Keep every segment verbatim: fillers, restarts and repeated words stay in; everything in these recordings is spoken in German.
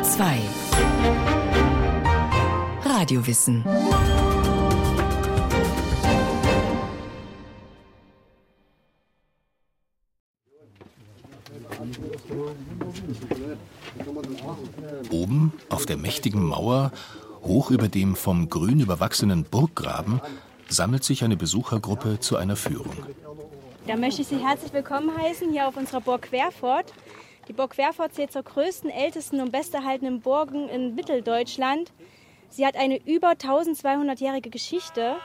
Bayern zwei. Radiowissen. Oben auf der mächtigen Mauer, hoch über dem vom Grün überwachsenen Burggraben, sammelt sich eine Besuchergruppe zu einer Führung. Da möchte ich Sie herzlich willkommen heißen hier auf unserer Burg Querfurt. Die Burg Querfurt zählt zur größten, ältesten und besterhaltenen Burgen in Mitteldeutschland. Sie hat eine über eintausendzweihundertjährige Geschichte.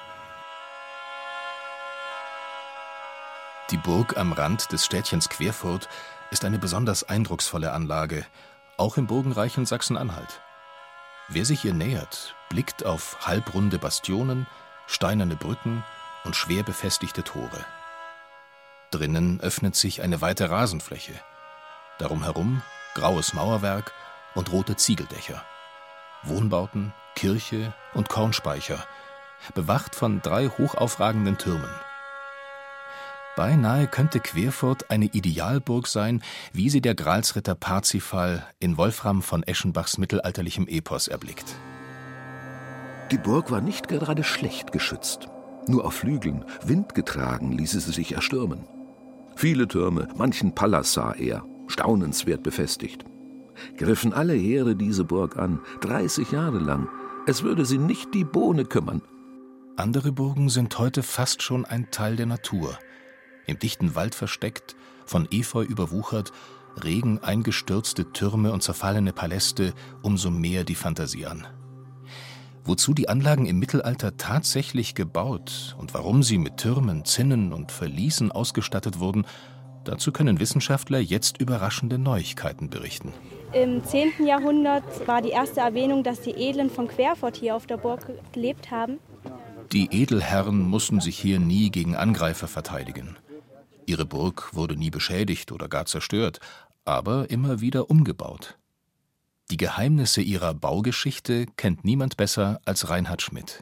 Die Burg am Rand des Städtchens Querfurt ist eine besonders eindrucksvolle Anlage, auch im burgenreichen Sachsen-Anhalt. Wer sich ihr nähert, blickt auf halbrunde Bastionen, steinerne Brücken und schwer befestigte Tore. Drinnen öffnet sich eine weite Rasenfläche. Darum herum graues Mauerwerk und rote Ziegeldächer. Wohnbauten, Kirche und Kornspeicher, bewacht von drei hochaufragenden Türmen. Beinahe könnte Querfurt eine Idealburg sein, wie sie der Gralsritter Parzifal in Wolfram von Eschenbachs mittelalterlichem Epos erblickt. Die Burg war nicht gerade schlecht geschützt. Nur auf Flügeln, windgetragen, ließe sie sich erstürmen. Viele Türme, manchen Palas sah er, staunenswert befestigt. Griffen alle Heere diese Burg an, dreißig Jahre lang. Es würde sie nicht die Bohne kümmern. Andere Burgen sind heute fast schon ein Teil der Natur. Im dichten Wald versteckt, von Efeu überwuchert, regen eingestürzte Türme und zerfallene Paläste umso mehr die Fantasie an. Wozu die Anlagen im Mittelalter tatsächlich gebaut und warum sie mit Türmen, Zinnen und Verließen ausgestattet wurden, dazu können Wissenschaftler jetzt überraschende Neuigkeiten berichten. Im zehnten Jahrhundert war die erste Erwähnung, dass die Edlen von Querfurt hier auf der Burg gelebt haben. Die Edelherren mussten sich hier nie gegen Angreifer verteidigen. Ihre Burg wurde nie beschädigt oder gar zerstört, aber immer wieder umgebaut. Die Geheimnisse ihrer Baugeschichte kennt niemand besser als Reinhard Schmidt.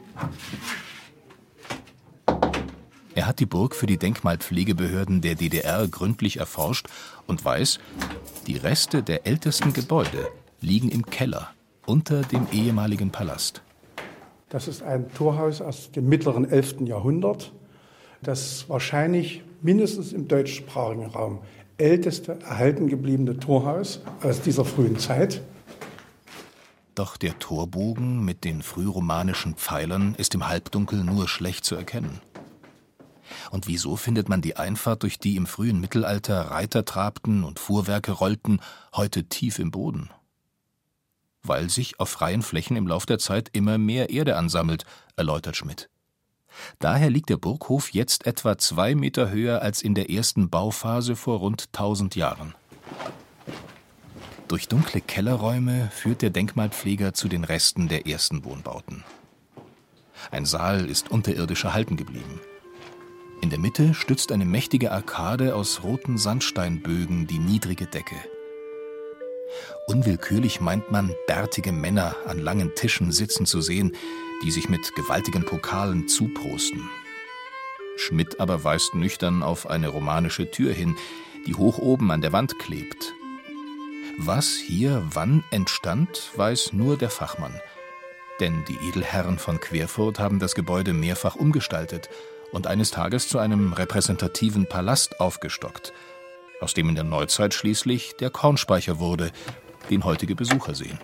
Er hat die Burg für die Denkmalpflegebehörden der D D R gründlich erforscht und weiß, die Reste der ältesten Gebäude liegen im Keller, unter dem ehemaligen Palast. Das ist ein Torhaus aus dem mittleren elften Jahrhundert, das wahrscheinlich mindestens im deutschsprachigen Raum älteste erhalten gebliebene Torhaus aus dieser frühen Zeit. Doch der Torbogen mit den frühromanischen Pfeilern ist im Halbdunkel nur schlecht zu erkennen. Und wieso findet man die Einfahrt, durch die im frühen Mittelalter Reiter trabten und Fuhrwerke rollten, heute tief im Boden? Weil sich auf freien Flächen im Lauf der Zeit immer mehr Erde ansammelt, erläutert Schmidt. Daher liegt der Burghof jetzt etwa zwei Meter höher als in der ersten Bauphase vor rund tausend Jahren. Durch dunkle Kellerräume führt der Denkmalpfleger zu den Resten der ersten Wohnbauten. Ein Saal ist unterirdisch erhalten geblieben. In der Mitte stützt eine mächtige Arkade aus roten Sandsteinbögen die niedrige Decke. Unwillkürlich meint man, bärtige Männer an langen Tischen sitzen zu sehen, die sich mit gewaltigen Pokalen zuprosten. Schmidt aber weist nüchtern auf eine romanische Tür hin, die hoch oben an der Wand klebt. Was hier wann entstand, weiß nur der Fachmann. Denn die Edelherren von Querfurt haben das Gebäude mehrfach umgestaltet und eines Tages zu einem repräsentativen Palast aufgestockt, aus dem in der Neuzeit schließlich der Kornspeicher wurde, den heutige Besucher sehen.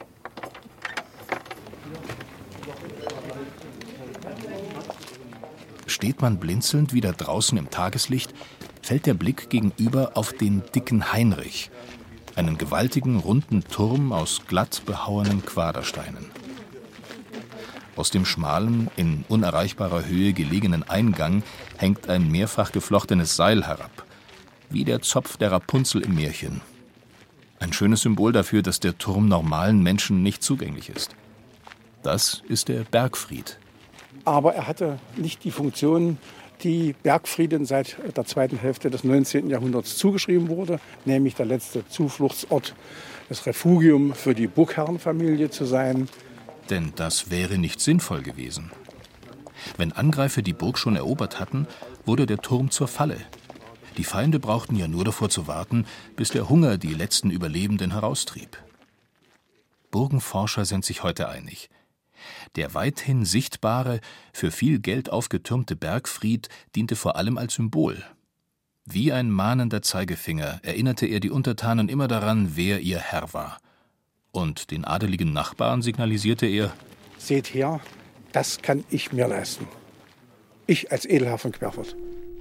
Steht man blinzelnd wieder draußen im Tageslicht, fällt der Blick gegenüber auf den Dicken Heinrich, einen gewaltigen, runden Turm aus glatt behauenen Quadersteinen. Aus dem schmalen, in unerreichbarer Höhe gelegenen Eingang hängt ein mehrfach geflochtenes Seil herab, wie der Zopf der Rapunzel im Märchen. Ein schönes Symbol dafür, dass der Turm normalen Menschen nicht zugänglich ist. Das ist der Bergfried. Aber er hatte nicht die Funktion, die Bergfrieden seit der zweiten Hälfte des neunzehnten Jahrhunderts zugeschrieben wurde, nämlich der letzte Zufluchtsort, das Refugium für die Burgherrenfamilie zu sein. Denn das wäre nicht sinnvoll gewesen. Wenn Angreifer die Burg schon erobert hatten, wurde der Turm zur Falle. Die Feinde brauchten ja nur davor zu warten, bis der Hunger die letzten Überlebenden heraustrieb. Burgenforscher sind sich heute einig. Der weithin sichtbare, für viel Geld aufgetürmte Bergfried diente vor allem als Symbol. Wie ein mahnender Zeigefinger erinnerte er die Untertanen immer daran, wer ihr Herr war. Und den adeligen Nachbarn signalisierte er: Seht her, das kann ich mir leisten. Ich als Edelherr von Querfurt.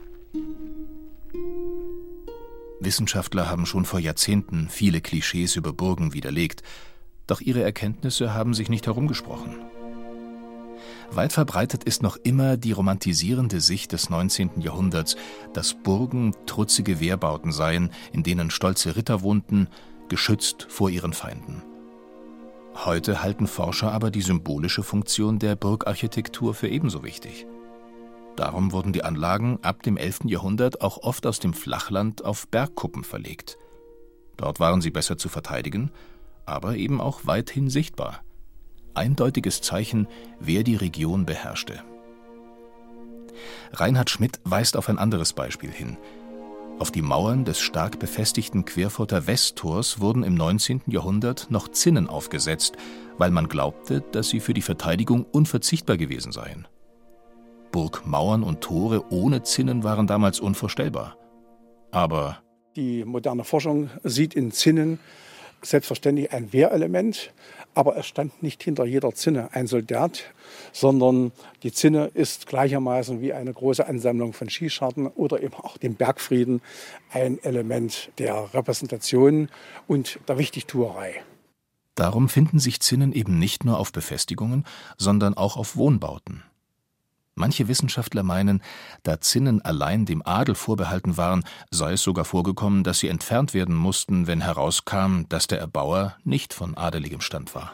Wissenschaftler haben schon vor Jahrzehnten viele Klischees über Burgen widerlegt, doch ihre Erkenntnisse haben sich nicht herumgesprochen. Weit verbreitet ist noch immer die romantisierende Sicht des neunzehnten Jahrhunderts, dass Burgen trutzige Wehrbauten seien, in denen stolze Ritter wohnten, geschützt vor ihren Feinden. Heute halten Forscher aber die symbolische Funktion der Burgarchitektur für ebenso wichtig. Darum wurden die Anlagen ab dem elften Jahrhundert auch oft aus dem Flachland auf Bergkuppen verlegt. Dort waren sie besser zu verteidigen, aber eben auch weithin sichtbar. Eindeutiges Zeichen, wer die Region beherrschte. Reinhard Schmidt weist auf ein anderes Beispiel hin. Auf die Mauern des stark befestigten Querfurter Westtors wurden im neunzehnten Jahrhundert noch Zinnen aufgesetzt, weil man glaubte, dass sie für die Verteidigung unverzichtbar gewesen seien. Burgmauern und Tore ohne Zinnen waren damals unvorstellbar. Aber die moderne Forschung sieht in Zinnen selbstverständlich ein Wehrelement, aber es stand nicht hinter jeder Zinne ein Soldat, sondern die Zinne ist gleichermaßen wie eine große Ansammlung von Schießscharten oder eben auch dem Bergfrieden ein Element der Repräsentation und der Wichtigtuerei. Darum finden sich Zinnen eben nicht nur auf Befestigungen, sondern auch auf Wohnbauten. Manche Wissenschaftler meinen, da Zinnen allein dem Adel vorbehalten waren, sei es sogar vorgekommen, dass sie entfernt werden mussten, wenn herauskam, dass der Erbauer nicht von adeligem Stand war.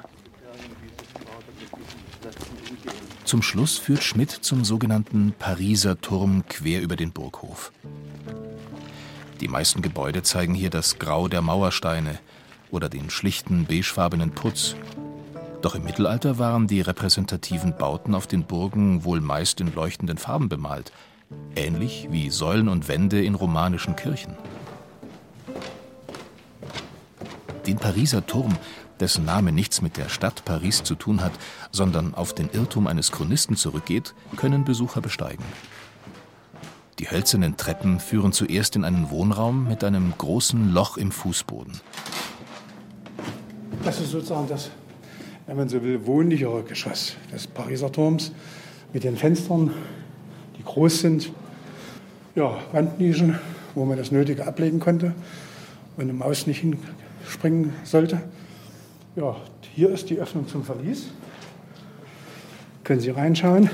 Zum Schluss führt Schmidt zum sogenannten Pariser Turm quer über den Burghof. Die meisten Gebäude zeigen hier das Grau der Mauersteine oder den schlichten beigefarbenen Putz. Doch im Mittelalter waren die repräsentativen Bauten auf den Burgen wohl meist in leuchtenden Farben bemalt, ähnlich wie Säulen und Wände in romanischen Kirchen. Den Pariser Turm, dessen Name nichts mit der Stadt Paris zu tun hat, sondern auf den Irrtum eines Chronisten zurückgeht, können Besucher besteigen. Die hölzernen Treppen führen zuerst in einen Wohnraum mit einem großen Loch im Fußboden. Das ist sozusagen das, wenn man so will, wohnlichere Geschoss des Pariser Turms mit den Fenstern, die groß sind. Ja, Wandnischen, wo man das Nötige ablegen konnte und eine Maus nicht hinspringen sollte. Ja, hier ist die Öffnung zum Verlies. Können Sie reinschauen.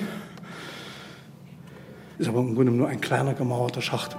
Ist aber im Grunde nur ein kleiner gemauerter Schacht.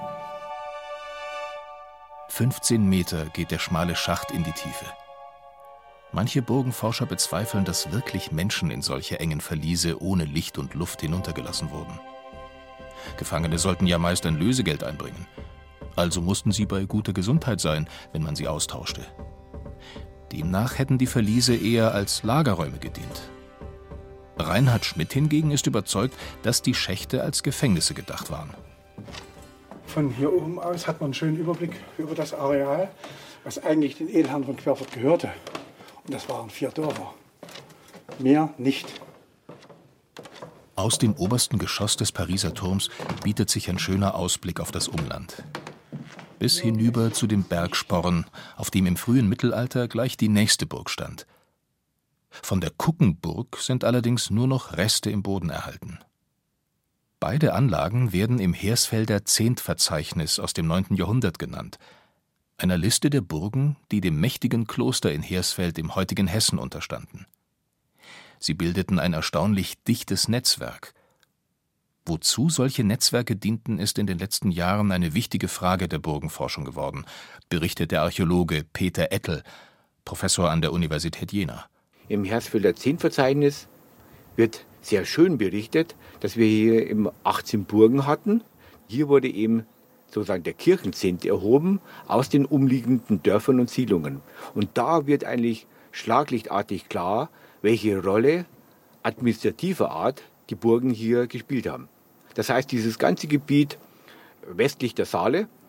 fünfzehn Meter geht der schmale Schacht in die Tiefe. Manche Burgenforscher bezweifeln, dass wirklich Menschen in solche engen Verliese ohne Licht und Luft hinuntergelassen wurden. Gefangene sollten ja meist ein Lösegeld einbringen. Also mussten sie bei guter Gesundheit sein, wenn man sie austauschte. Demnach hätten die Verliese eher als Lagerräume gedient. Reinhard Schmidt hingegen ist überzeugt, dass die Schächte als Gefängnisse gedacht waren. Von hier oben aus hat man einen schönen Überblick über das Areal, was eigentlich den Edelherren von Querfurt gehörte. Und das waren vier Dörfer. Mehr nicht. Aus dem obersten Geschoss des Pariser Turms bietet sich ein schöner Ausblick auf das Umland. Bis hinüber zu dem Bergsporn, auf dem im frühen Mittelalter gleich die nächste Burg stand. Von der Kuckenburg sind allerdings nur noch Reste im Boden erhalten. Beide Anlagen werden im Hersfelder Zehntverzeichnis aus dem neunten Jahrhundert genannt, einer Liste der Burgen, die dem mächtigen Kloster in Hersfeld im heutigen Hessen unterstanden. Sie bildeten ein erstaunlich dichtes Netzwerk. Wozu solche Netzwerke dienten, ist in den letzten Jahren eine wichtige Frage der Burgenforschung geworden, berichtet der Archäologe Peter Ettel, Professor an der Universität Jena. Im Hersfelder Zehntverzeichnis wird sehr schön berichtet, dass wir hier eben achtzehn Burgen hatten. Hier wurde eben sozusagen der Kirchenzehnt erhoben aus den umliegenden Dörfern und Siedlungen. Und da wird eigentlich schlaglichtartig klar, welche Rolle administrativer Art die Burgen hier gespielt haben. Das heißt, dieses ganze Gebiet westlich der Saale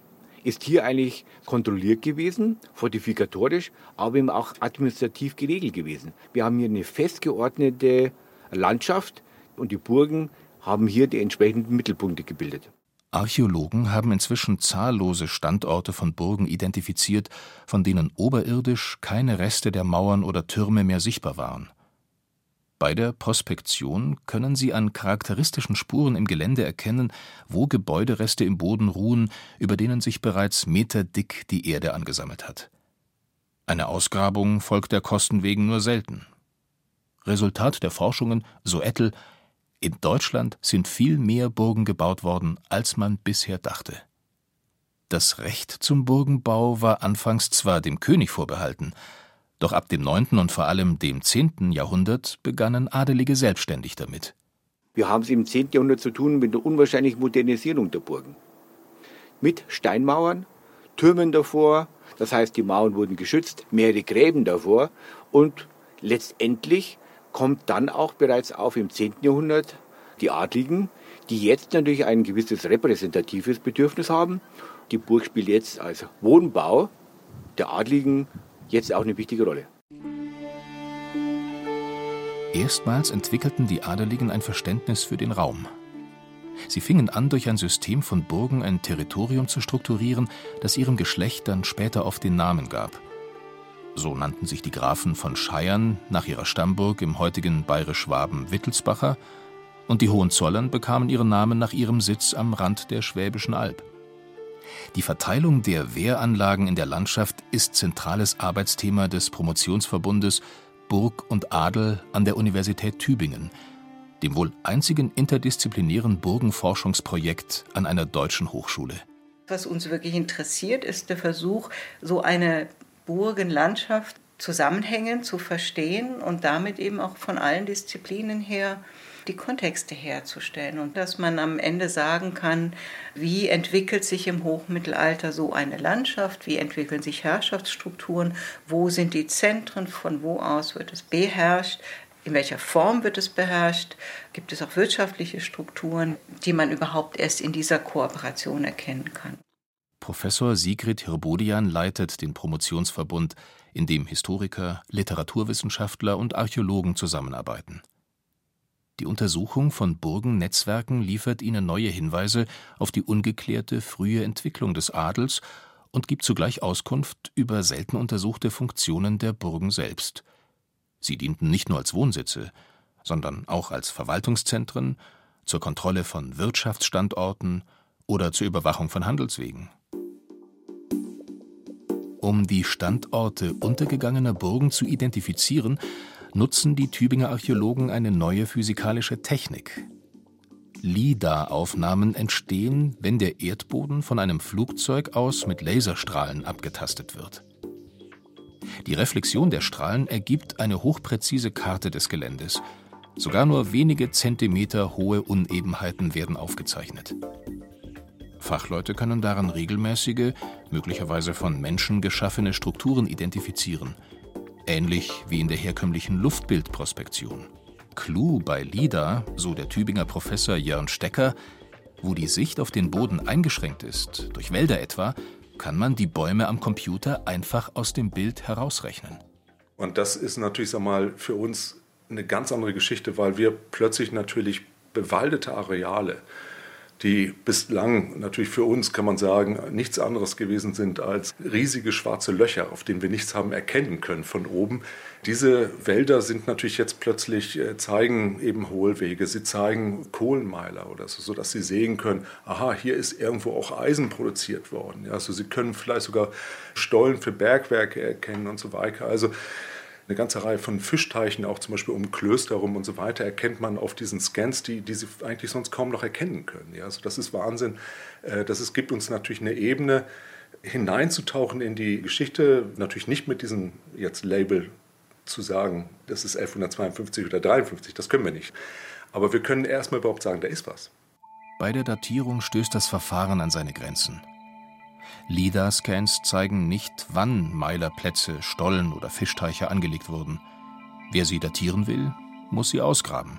ist hier eigentlich kontrolliert gewesen, fortifikatorisch, aber eben auch administrativ geregelt gewesen. Wir haben hier eine festgeordnete Landschaft und die Burgen haben hier die entsprechenden Mittelpunkte gebildet. Archäologen haben inzwischen zahllose Standorte von Burgen identifiziert, von denen oberirdisch keine Reste der Mauern oder Türme mehr sichtbar waren. Bei der Prospektion können sie an charakteristischen Spuren im Gelände erkennen, wo Gebäudereste im Boden ruhen, über denen sich bereits meterdick die Erde angesammelt hat. Eine Ausgrabung folgt der Kosten wegen nur selten. Resultat der Forschungen, so Ettel: In Deutschland sind viel mehr Burgen gebaut worden, als man bisher dachte. Das Recht zum Burgenbau war anfangs zwar dem König vorbehalten, doch ab dem neunten und vor allem dem zehnten Jahrhundert begannen Adelige selbstständig damit. Wir haben es im zehnten Jahrhundert zu tun mit der unwahrscheinlichen Modernisierung der Burgen. Mit Steinmauern, Türmen davor, das heißt, die Mauern wurden geschützt, mehrere Gräben davor und letztendlich kommt dann auch bereits auf im zehnten Jahrhundert die Adligen, die jetzt natürlich ein gewisses repräsentatives Bedürfnis haben. Die Burg spielt jetzt als Wohnbau der Adligen jetzt auch eine wichtige Rolle. Erstmals entwickelten die Adeligen ein Verständnis für den Raum. Sie fingen an, durch ein System von Burgen ein Territorium zu strukturieren, das ihrem Geschlecht dann später oft den Namen gab. So nannten sich die Grafen von Scheiern nach ihrer Stammburg im heutigen Bayerisch-Schwaben Wittelsbacher und die Hohenzollern bekamen ihren Namen nach ihrem Sitz am Rand der Schwäbischen Alb. Die Verteilung der Wehranlagen in der Landschaft ist zentrales Arbeitsthema des Promotionsverbundes Burg und Adel an der Universität Tübingen, dem wohl einzigen interdisziplinären Burgenforschungsprojekt an einer deutschen Hochschule. Was uns wirklich interessiert, ist der Versuch, so eine Burgenlandschaft zusammenhängend zu verstehen und damit eben auch von allen Disziplinen her die Kontexte herzustellen und dass man am Ende sagen kann, wie entwickelt sich im Hochmittelalter so eine Landschaft, wie entwickeln sich Herrschaftsstrukturen, wo sind die Zentren, von wo aus wird es beherrscht, in welcher Form wird es beherrscht, gibt es auch wirtschaftliche Strukturen, die man überhaupt erst in dieser Kooperation erkennen kann. Professor Sigrid Hirbodian leitet den Promotionsverbund, in dem Historiker, Literaturwissenschaftler und Archäologen zusammenarbeiten. Die Untersuchung von Burgennetzwerken liefert ihnen neue Hinweise auf die ungeklärte frühe Entwicklung des Adels und gibt zugleich Auskunft über selten untersuchte Funktionen der Burgen selbst. Sie dienten nicht nur als Wohnsitze, sondern auch als Verwaltungszentren, zur Kontrolle von Wirtschaftsstandorten oder zur Überwachung von Handelswegen. Um die Standorte untergegangener Burgen zu identifizieren, nutzen die Tübinger Archäologen eine neue physikalische Technik. LIDAR-Aufnahmen entstehen, wenn der Erdboden von einem Flugzeug aus mit Laserstrahlen abgetastet wird. Die Reflexion der Strahlen ergibt eine hochpräzise Karte des Geländes. Sogar nur wenige Zentimeter hohe Unebenheiten werden aufgezeichnet. Fachleute können daran regelmäßige, möglicherweise von Menschen geschaffene Strukturen identifizieren. Ähnlich wie in der herkömmlichen Luftbildprospektion. Clou bei LIDAR, so der Tübinger Professor Jörn Stecker, wo die Sicht auf den Boden eingeschränkt ist, durch Wälder etwa, kann man die Bäume am Computer einfach aus dem Bild herausrechnen. Und das ist natürlich, sag mal, für uns eine ganz andere Geschichte, weil wir plötzlich natürlich bewaldete Areale, die bislang natürlich für uns, kann man sagen, nichts anderes gewesen sind als riesige schwarze Löcher, auf denen wir nichts haben erkennen können von oben. Diese Wälder sind natürlich jetzt plötzlich, äh, zeigen eben Hohlwege, sie zeigen Kohlenmeiler oder so, sodass sie sehen können, aha, hier ist irgendwo auch Eisen produziert worden. Ja, also sie können vielleicht sogar Stollen für Bergwerke erkennen und so weiter. Also eine ganze Reihe von Fischteichen, auch zum Beispiel um Klöster rum und so weiter, erkennt man auf diesen Scans, die, die sie eigentlich sonst kaum noch erkennen können. Ja, also das ist Wahnsinn. Das ist, gibt uns natürlich eine Ebene, hineinzutauchen in die Geschichte, natürlich nicht mit diesem jetzt Label zu sagen, das ist elfhundertzweiundfünfzig oder dreiundfünfzig, das können wir nicht. Aber wir können erstmal überhaupt sagen, da ist was. Bei der Datierung stößt das Verfahren an seine Grenzen. LIDAR-Scans zeigen nicht, wann Meilerplätze, Stollen oder Fischteiche angelegt wurden. Wer sie datieren will, muss sie ausgraben.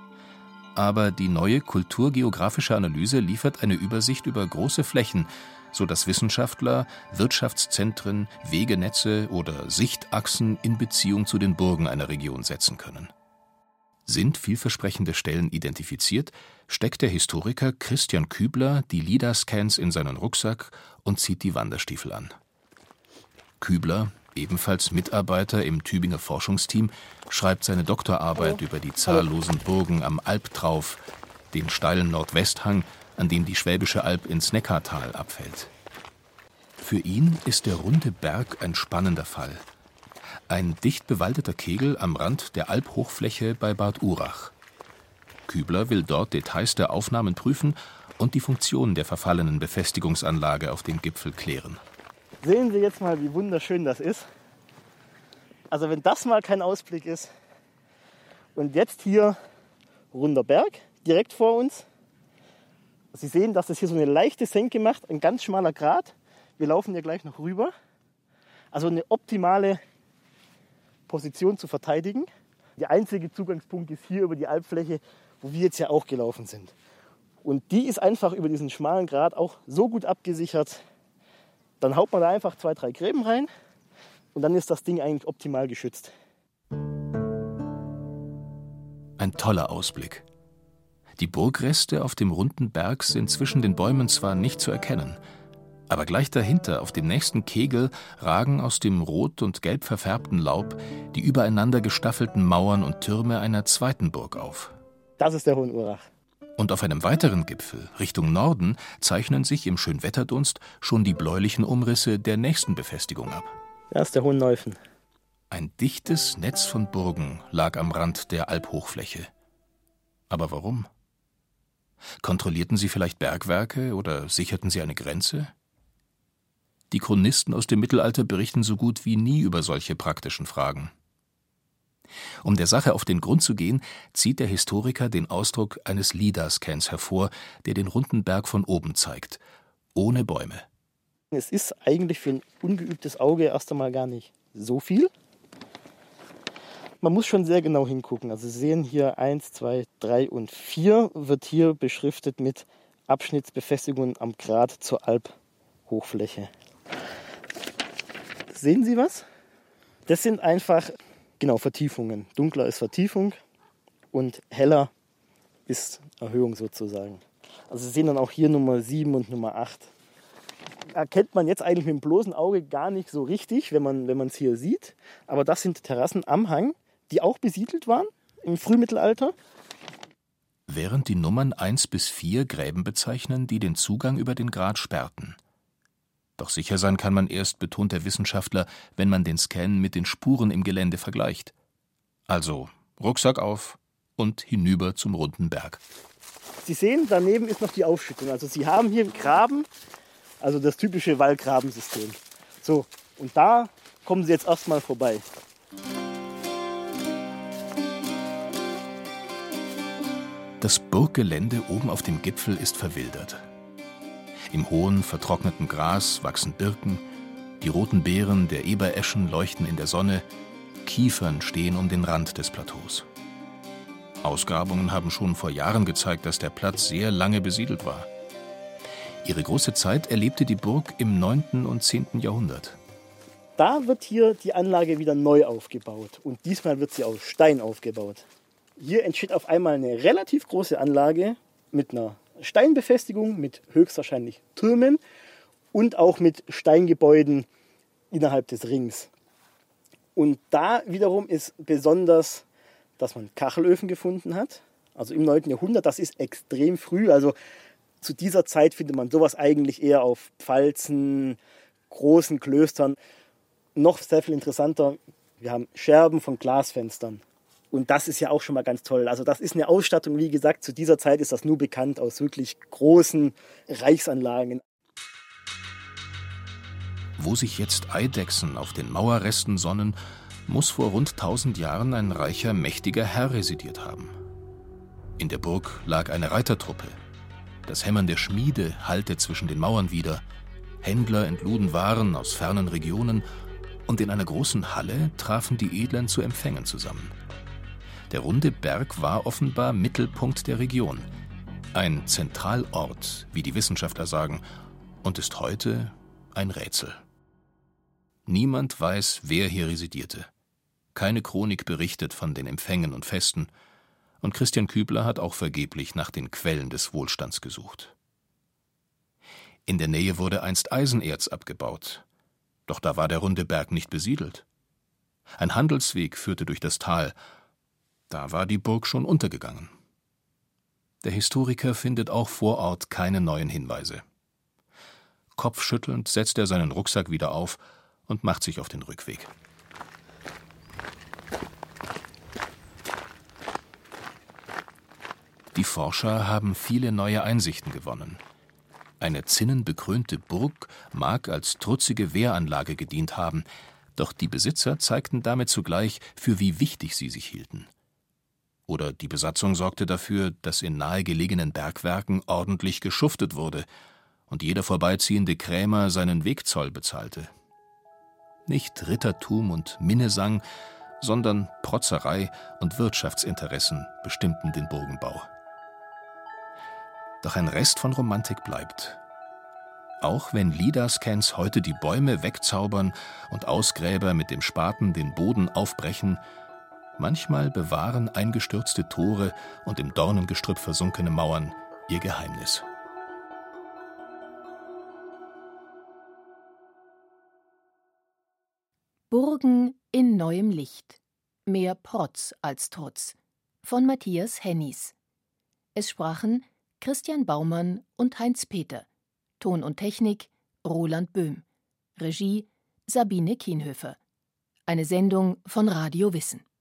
Aber die neue kulturgeografische Analyse liefert eine Übersicht über große Flächen, sodass Wissenschaftler Wirtschaftszentren, Wegenetze oder Sichtachsen in Beziehung zu den Burgen einer Region setzen können. Sind vielversprechende Stellen identifiziert, steckt der Historiker Christian Kübler die LIDAR-Scans in seinen Rucksack und zieht die Wanderstiefel an. Kübler, ebenfalls Mitarbeiter im Tübinger Forschungsteam, schreibt seine Doktorarbeit über die zahllosen Burgen am Albtrauf, den steilen Nordwesthang, an dem die Schwäbische Alb ins Neckartal abfällt. Für ihn ist der runde Berg ein spannender Fall. Ein dicht bewaldeter Kegel am Rand der Albhochfläche bei Bad Urach. Kübler will dort Details der Aufnahmen prüfen und die Funktion der verfallenen Befestigungsanlage auf dem Gipfel klären. Sehen Sie jetzt mal, wie wunderschön das ist. Also wenn das mal kein Ausblick ist. Und jetzt hier runder Berg, direkt vor uns. Sie sehen, dass das hier so eine leichte Senke macht, ein ganz schmaler Grat. Wir laufen hier gleich noch rüber. Also eine optimale Position zu verteidigen. Der einzige Zugangspunkt ist hier über die Albfläche, wo wir jetzt ja auch gelaufen sind. Und die ist einfach über diesen schmalen Grat auch so gut abgesichert. Dann haut man da einfach zwei, drei Gräben rein und dann ist das Ding eigentlich optimal geschützt. Ein toller Ausblick. Die Burgreste auf dem runden Berg sind zwischen den Bäumen zwar nicht zu erkennen, aber gleich dahinter, auf dem nächsten Kegel, ragen aus dem rot und gelb verfärbten Laub die übereinander gestaffelten Mauern und Türme einer zweiten Burg auf. Das ist der Hohenurach. Und auf einem weiteren Gipfel, Richtung Norden, zeichnen sich im Schönwetterdunst schon die bläulichen Umrisse der nächsten Befestigung ab. Das ist der Hohenneuffen. Ein dichtes Netz von Burgen lag am Rand der Albhochfläche. Aber warum? Kontrollierten sie vielleicht Bergwerke oder sicherten sie eine Grenze? Die Chronisten aus dem Mittelalter berichten so gut wie nie über solche praktischen Fragen. Um der Sache auf den Grund zu gehen, zieht der Historiker den Ausdruck eines LIDAR-Scans hervor, der den runden Berg von oben zeigt, ohne Bäume. Es ist eigentlich für ein ungeübtes Auge erst einmal gar nicht so viel. Man muss schon sehr genau hingucken. Also Sie sehen hier eins, zwei, drei und vier wird hier beschriftet mit Abschnittsbefestigungen am Grat zur Albhochfläche. Sehen Sie was? Das sind einfach genau Vertiefungen. Dunkler ist Vertiefung und heller ist Erhöhung sozusagen. Also Sie sehen dann auch hier Nummer sieben und Nummer acht. Erkennt man jetzt eigentlich mit dem bloßen Auge gar nicht so richtig, wenn man wenn man es hier sieht. Aber das sind Terrassen am Hang, die auch besiedelt waren im Frühmittelalter. Während die Nummern eins bis vier Gräben bezeichnen, die den Zugang über den Grat sperrten. Doch sicher sein kann man erst, betont der Wissenschaftler, wenn man den Scan mit den Spuren im Gelände vergleicht. Also Rucksack auf und hinüber zum runden Berg. Sie sehen, daneben ist noch die Aufschüttung. Also Sie haben hier einen Graben, also das typische Wallgrabensystem. So, und da kommen Sie jetzt erstmal vorbei. Das Burggelände oben auf dem Gipfel ist verwildert. Im hohen, vertrockneten Gras wachsen Birken, die roten Beeren der Ebereschen leuchten in der Sonne, Kiefern stehen um den Rand des Plateaus. Ausgrabungen haben schon vor Jahren gezeigt, dass der Platz sehr lange besiedelt war. Ihre große Zeit erlebte die Burg im neunten und zehnten Jahrhundert. Da wird hier die Anlage wieder neu aufgebaut und diesmal wird sie aus Stein aufgebaut. Hier entsteht auf einmal eine relativ große Anlage mit einer Steinbefestigung, mit höchstwahrscheinlich Türmen und auch mit Steingebäuden innerhalb des Rings. Und da wiederum ist besonders, dass man Kachelöfen gefunden hat, also im neunten Jahrhundert, das ist extrem früh, also zu dieser Zeit findet man sowas eigentlich eher auf Pfalzen, großen Klöstern. Noch sehr viel interessanter, wir haben Scherben von Glasfenstern. Und das ist ja auch schon mal ganz toll. Also das ist eine Ausstattung, wie gesagt, zu dieser Zeit ist das nur bekannt aus wirklich großen Reichsanlagen. Wo sich jetzt Eidechsen auf den Mauerresten sonnen, muss vor rund tausend Jahren ein reicher, mächtiger Herr residiert haben. In der Burg lag eine Reitertruppe. Das Hämmern der Schmiede hallte zwischen den Mauern wieder. Händler entluden Waren aus fernen Regionen und in einer großen Halle trafen die Edlen zu Empfängen zusammen. Der runde Berg war offenbar Mittelpunkt der Region. Ein Zentralort, wie die Wissenschaftler sagen, und ist heute ein Rätsel. Niemand weiß, wer hier residierte. Keine Chronik berichtet von den Empfängen und Festen, und Christian Kübler hat auch vergeblich nach den Quellen des Wohlstands gesucht. In der Nähe wurde einst Eisenerz abgebaut, doch da war der runde Berg nicht besiedelt. Ein Handelsweg führte durch das Tal, da war die Burg schon untergegangen. Der Historiker findet auch vor Ort keine neuen Hinweise. Kopfschüttelnd setzt er seinen Rucksack wieder auf und macht sich auf den Rückweg. Die Forscher haben viele neue Einsichten gewonnen. Eine zinnenbekrönte Burg mag als trutzige Wehranlage gedient haben, doch die Besitzer zeigten damit zugleich, für wie wichtig sie sich hielten. Oder die Besatzung sorgte dafür, dass in nahegelegenen Bergwerken ordentlich geschuftet wurde und jeder vorbeiziehende Krämer seinen Wegzoll bezahlte. Nicht Rittertum und Minnesang, sondern Protzerei und Wirtschaftsinteressen bestimmten den Burgenbau. Doch ein Rest von Romantik bleibt. Auch wenn Leaderscans heute die Bäume wegzaubern und Ausgräber mit dem Spaten den Boden aufbrechen, manchmal bewahren eingestürzte Tore und im Dornengestrüpp versunkene Mauern ihr Geheimnis. Burgen in neuem Licht. Mehr Protz als Trutz. Von Matthias Hennies. Es sprachen Christian Baumann und Heinz Peter. Ton und Technik Roland Böhm. Regie Sabine Kienhöfer. Eine Sendung von Radio Wissen.